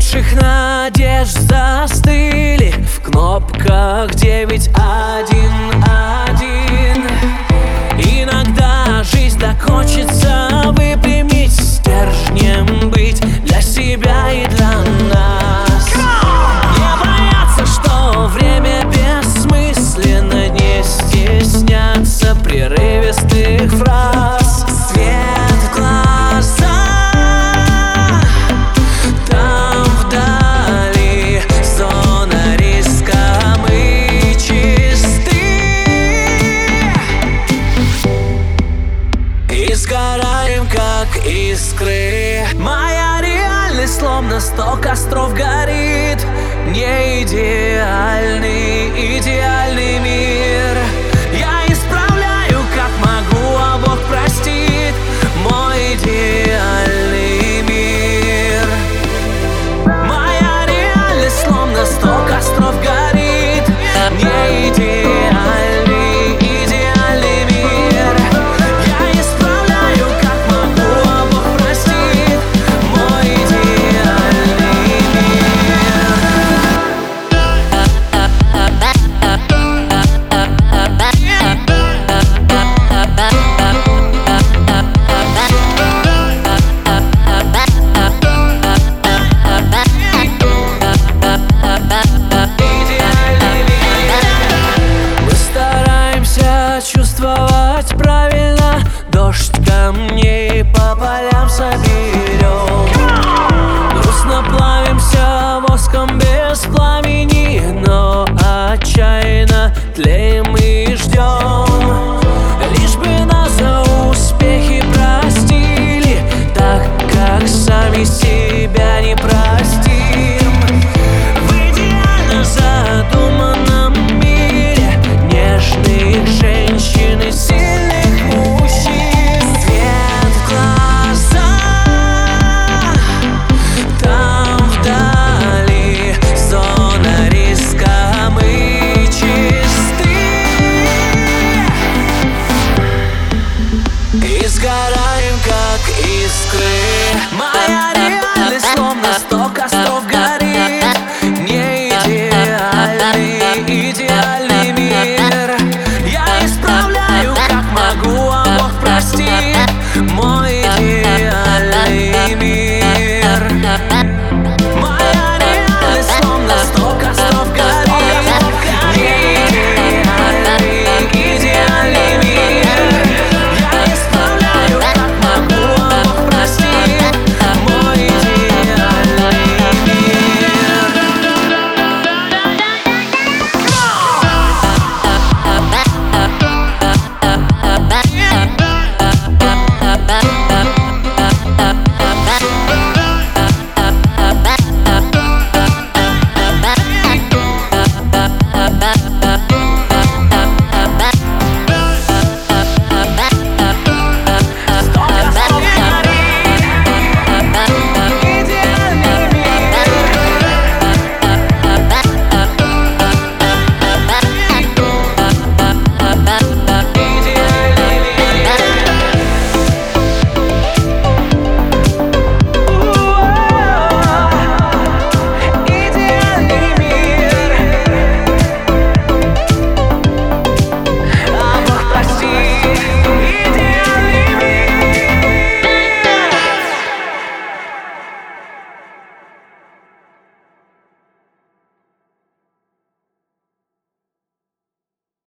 лучших надежд застыли в кнопках 911. Иногда жизнь так хочется выпрямить, стержнем быть для себя и для нас. Не бояться, что время бессмысленно, не стесняться прерывистых фраз. Свет в глаза, там вдали зона риска, мы чисты и сгораем, как искры. Моя реальность словно 100 костров горит. Не идеальный, идеальный мир.